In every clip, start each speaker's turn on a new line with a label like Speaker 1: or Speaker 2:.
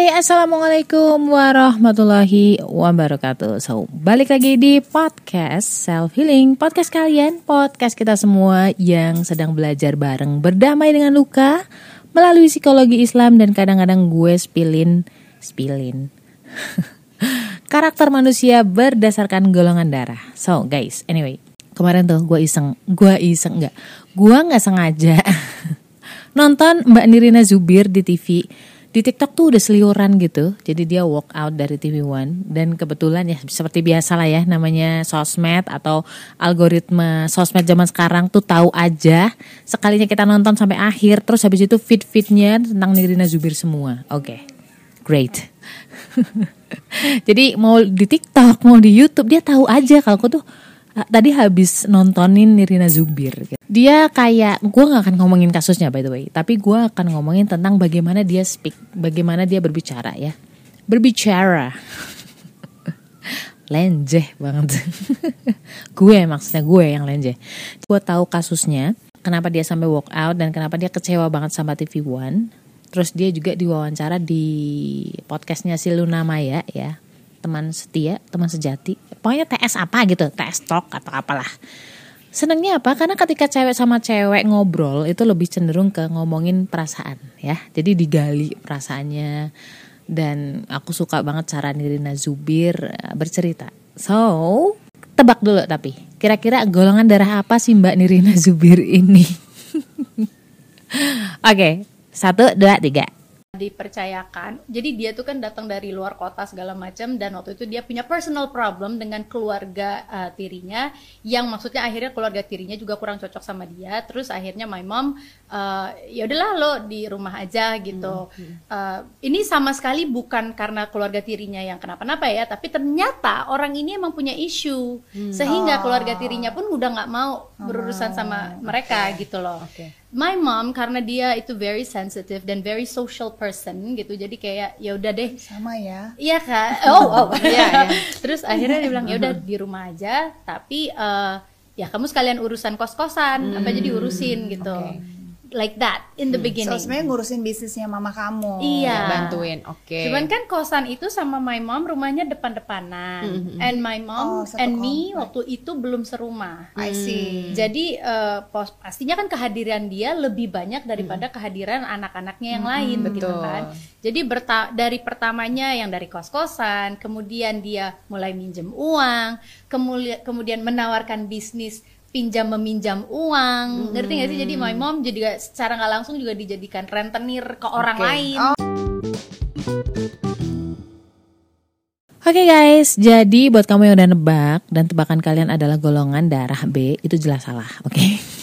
Speaker 1: Hai, assalamualaikum warahmatullahi wabarakatuh. So, balik lagi di podcast Self Healing, podcast kalian, podcast kita semua yang sedang belajar bareng berdamai dengan luka melalui psikologi Islam, dan kadang-kadang gue spilin karakter manusia berdasarkan golongan darah. So guys, anyway, kemarin tuh gue nggak sengaja nonton Mbak Nirina Zubir di TV. Di TikTok tuh udah seliuran gitu. Jadi dia walk out dari TV One. Dan kebetulan ya seperti biasa lah ya, namanya sosmed atau algoritma sosmed zaman sekarang tuh tahu aja. Sekalinya kita nonton sampai akhir, terus habis itu feed-feednya tentang Nirina Zubir semua. Oke, great. Jadi mau di TikTok, mau di YouTube, dia tahu aja kalau aku tuh tadi habis nontonin Nirina Zubir. Dia kayak, gue gak akan ngomongin kasusnya by the way, tapi gue akan ngomongin tentang bagaimana dia speak, bagaimana dia berbicara ya. Berbicara lenjeh banget. Maksudnya gue yang lenjeh. Gue tahu kasusnya, kenapa dia sampai walk out dan kenapa dia kecewa banget sama TV One. Terus dia juga diwawancara di podcastnya si Luna Maya ya, teman setia, teman sejati, pokoknya TS apa gitu, TS Talk atau apalah. Senangnya apa? Karena ketika cewek sama cewek ngobrol itu lebih cenderung ke ngomongin perasaan ya. Jadi digali perasaannya. Dan aku suka banget cara Nirina Zubir bercerita. So, tebak dulu tapi, kira-kira golongan darah apa sih Mbak Nirina Zubir ini? Oke, 1, 2, 3.
Speaker 2: Dipercayakan. Jadi dia tuh kan datang dari luar kota segala macam, dan waktu itu dia punya personal problem dengan keluarga tirinya, yang maksudnya akhirnya keluarga tirinya juga kurang cocok sama dia. Terus akhirnya my mom ya udahlah lo di rumah aja gitu. Ini sama sekali bukan karena keluarga tirinya yang kenapa-napa ya, tapi ternyata orang ini emang punya isu sehingga keluarga tirinya pun udah nggak mau berurusan sama mereka gitu loh. My mom karena dia itu very sensitive dan very social person gitu, jadi kayak ya udah deh
Speaker 3: sama ya.
Speaker 2: Iya kan? Iya. Terus akhirnya dia bilang ya udah di rumah aja, tapi ya kamu sekalian urusan kos-kosan apa jadi urusin gitu. Like that in the beginning.
Speaker 3: So sebenarnya ngurusin bisnisnya mama kamu.
Speaker 2: Iya.
Speaker 1: Bantuin, oke.
Speaker 2: Cuman kan kosan itu sama my mom rumahnya depan-depanan. And my mom and me waktu itu belum serumah.
Speaker 3: I see.
Speaker 2: Jadi pastinya kan kehadiran dia lebih banyak daripada kehadiran anak-anaknya yang lain, gitu kan. Jadi dari pertamanya yang dari kos-kosan, kemudian dia mulai minjem uang, kemudian menawarkan bisnis pinjam meminjam uang, ngerti nggak sih? Jadi my mom jadi secara nggak langsung juga dijadikan rentenir ke orang lain.
Speaker 1: Oke guys, jadi buat kamu yang udah nebak dan tebakan kalian adalah golongan darah B, itu jelas salah, oke?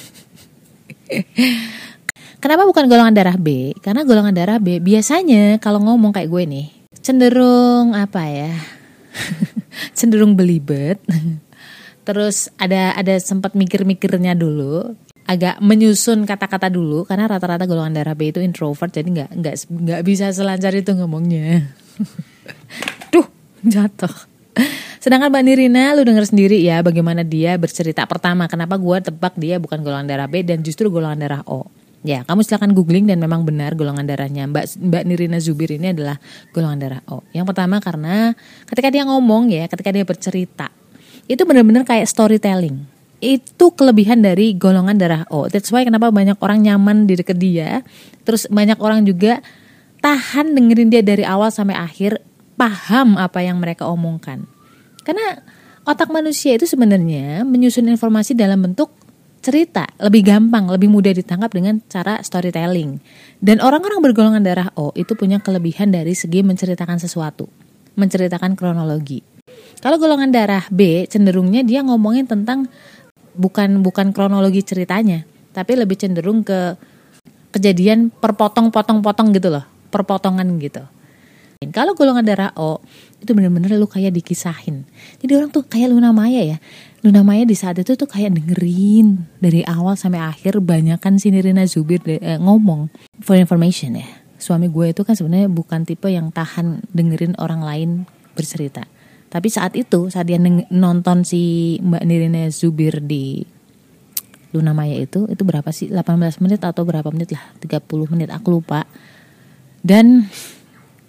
Speaker 1: Kenapa bukan golongan darah B? Karena golongan darah B biasanya kalau ngomong kayak gue nih, cenderung apa ya? Cenderung belibet. Terus ada sempat mikir-mikirnya dulu, agak menyusun kata-kata dulu, karena rata-rata golongan darah B itu introvert, jadi nggak bisa selancar itu ngomongnya. Duh, jatuh. Sedangkan Mbak Nirina, lu denger sendiri ya bagaimana dia bercerita. Pertama, kenapa gue tebak dia bukan golongan darah B dan justru golongan darah O. Ya, kamu silakan googling dan memang benar golongan darahnya Mbak Nirina Zubir ini adalah golongan darah O. Yang pertama karena ketika dia ngomong ya, ketika dia bercerita, itu benar-benar kayak storytelling. Itu kelebihan dari golongan darah O. That's why kenapa banyak orang nyaman di dekat dia. Terus banyak orang juga tahan dengerin dia dari awal sampai akhir, paham apa yang mereka omongkan. Karena otak manusia itu sebenarnya menyusun informasi dalam bentuk cerita, lebih gampang, lebih mudah ditangkap dengan cara storytelling. Dan orang-orang bergolongan darah O itu punya kelebihan dari segi menceritakan sesuatu, menceritakan kronologi. Kalau golongan darah B cenderungnya dia ngomongin tentang bukan kronologi ceritanya, tapi lebih cenderung ke kejadian perpotong-potong-potong gitu loh, perpotongan gitu. Kalau golongan darah O itu benar-benar lu kayak dikisahin. Jadi orang tuh kayak Luna Maya ya. Luna Maya di saat itu tuh kayak dengerin dari awal sampai akhir, banyakan si Nirina Zubir ngomong. For information ya, suami gue itu kan sebenarnya bukan tipe yang tahan dengerin orang lain bercerita. Tapi saat dia nonton si Mbak Nirina Zubir di Luna Maya itu berapa sih? 18 menit atau berapa menit lah? 30 menit, aku lupa. Dan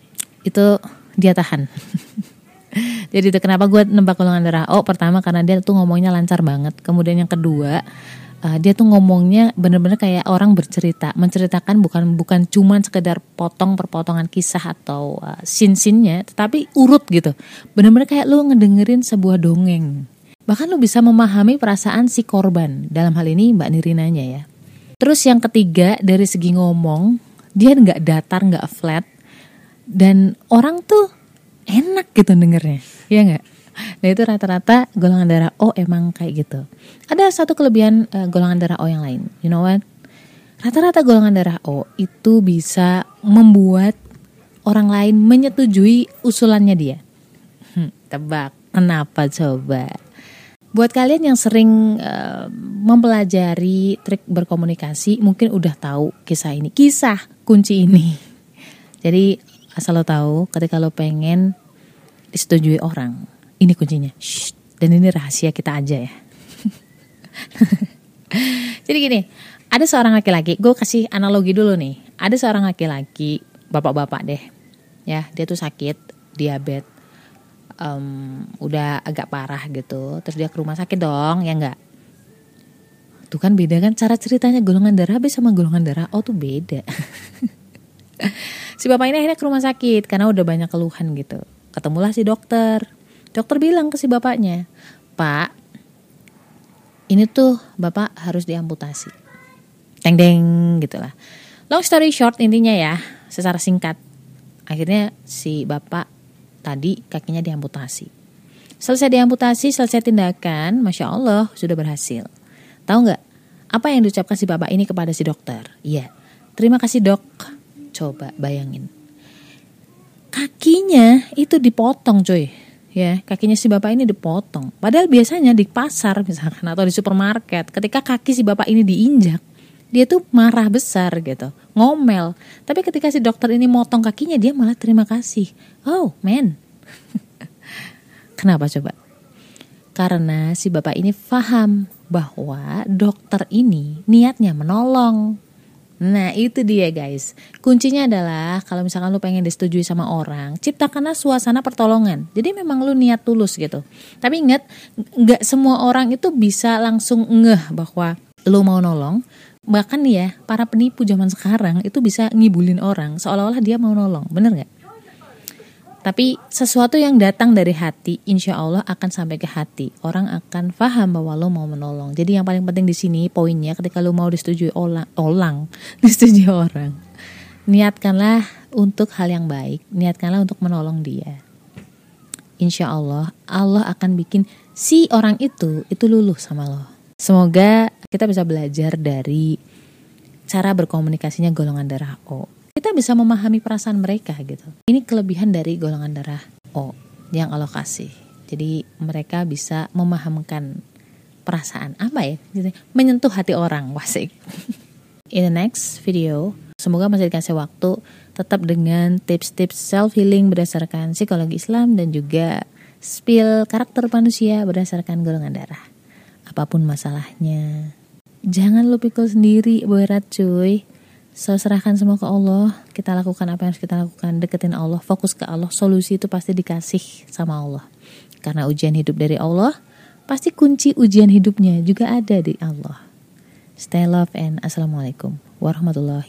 Speaker 1: itu dia tahan. Jadi itu kenapa gue nebak golongan darah O. Pertama karena dia tuh ngomongnya lancar banget. Kemudian yang kedua, dia tuh ngomongnya bener-bener kayak orang bercerita, menceritakan bukan cuman sekedar potongan kisah atau scene-nya, tetapi urut gitu. Bener-bener kayak lu ngedengerin sebuah dongeng. Bahkan lu bisa memahami perasaan si korban. Dalam hal ini Mbak Nirinanya ya. Terus yang ketiga dari segi ngomong, dia nggak datar, nggak flat, dan orang tuh enak gitu dengernya, ya nggak? Nah itu rata-rata golongan darah O emang kayak gitu. Ada satu kelebihan golongan darah O yang lain. You know what? Rata-rata golongan darah O itu bisa membuat orang lain menyetujui usulannya dia. Tebak, kenapa coba? Buat kalian yang sering mempelajari trik berkomunikasi, mungkin udah tahu kisah kunci ini. Jadi asal lo tahu, ketika lo pengen disetujui orang, ini kuncinya. Shh, dan ini rahasia kita aja ya. Jadi gini, ada seorang laki-laki, gue kasih analogi dulu nih. Ada seorang laki-laki, bapak-bapak deh, ya dia tuh sakit, diabetes, udah agak parah gitu. Terus dia ke rumah sakit dong, ya enggak? Tuh kan beda kan cara ceritanya, golongan darah B sama golongan darah O tuh beda. Si bapak ini akhirnya ke rumah sakit karena udah banyak keluhan gitu. Ketemulah si dokter. Dokter bilang ke si bapaknya, "Pak, ini tuh bapak harus diamputasi." Deng gitulah. Long story short intinya ya, secara singkat, akhirnya si bapak tadi kakinya diamputasi. Selesai diamputasi, selesai tindakan, Masya Allah sudah berhasil. Tahu nggak apa yang diucapkan si bapak ini kepada si dokter? Iya, terima kasih dok. Coba bayangin, kakinya itu dipotong coy, ya kakinya si bapak ini dipotong. Padahal biasanya di pasar misalkan atau di supermarket, ketika kaki si bapak ini diinjak, dia tuh marah besar gitu, ngomel. Tapi ketika si dokter ini motong kakinya, dia malah terima kasih. Oh man, kenapa coba? Karena si bapak ini paham bahwa dokter ini niatnya menolong. Nah itu dia guys, kuncinya adalah kalau misalkan lu pengen disetujui sama orang, ciptakanlah suasana pertolongan. Jadi memang lu niat tulus gitu. Tapi ingat, gak semua orang itu bisa langsung ngeh bahwa lu mau nolong. Bahkan nih ya, para penipu zaman sekarang itu bisa ngibulin orang seolah-olah dia mau nolong, bener gak? Tapi sesuatu yang datang dari hati, insya Allah akan sampai ke hati. Orang akan paham bahwa lo mau menolong. Jadi yang paling penting di sini poinnya, ketika lo mau disetujui disetujui orang, niatkanlah untuk hal yang baik. Niatkanlah untuk menolong dia. Insya Allah, Allah akan bikin si orang itu luluh sama lo. Semoga kita bisa belajar dari cara berkomunikasinya golongan darah O. Kita bisa memahami perasaan mereka gitu. Ini kelebihan dari golongan darah O yang Allah kasih. Jadi mereka bisa memahamkan perasaan apa ya? Menyentuh hati orang, wasik. In the next video, semoga masih dikasih waktu tetap dengan tips-tips self-healing berdasarkan psikologi Islam dan juga spill karakter manusia berdasarkan golongan darah. Apapun masalahnya, jangan lu pikul sendiri, berat cuy. So serahkan semua ke Allah. Kita lakukan apa yang harus kita lakukan. Deketin Allah, fokus ke Allah. Solusi itu pasti dikasih sama Allah. Karena ujian hidup dari Allah, pasti kunci ujian hidupnya juga ada di Allah. Stay love and assalamualaikum warahmatullahi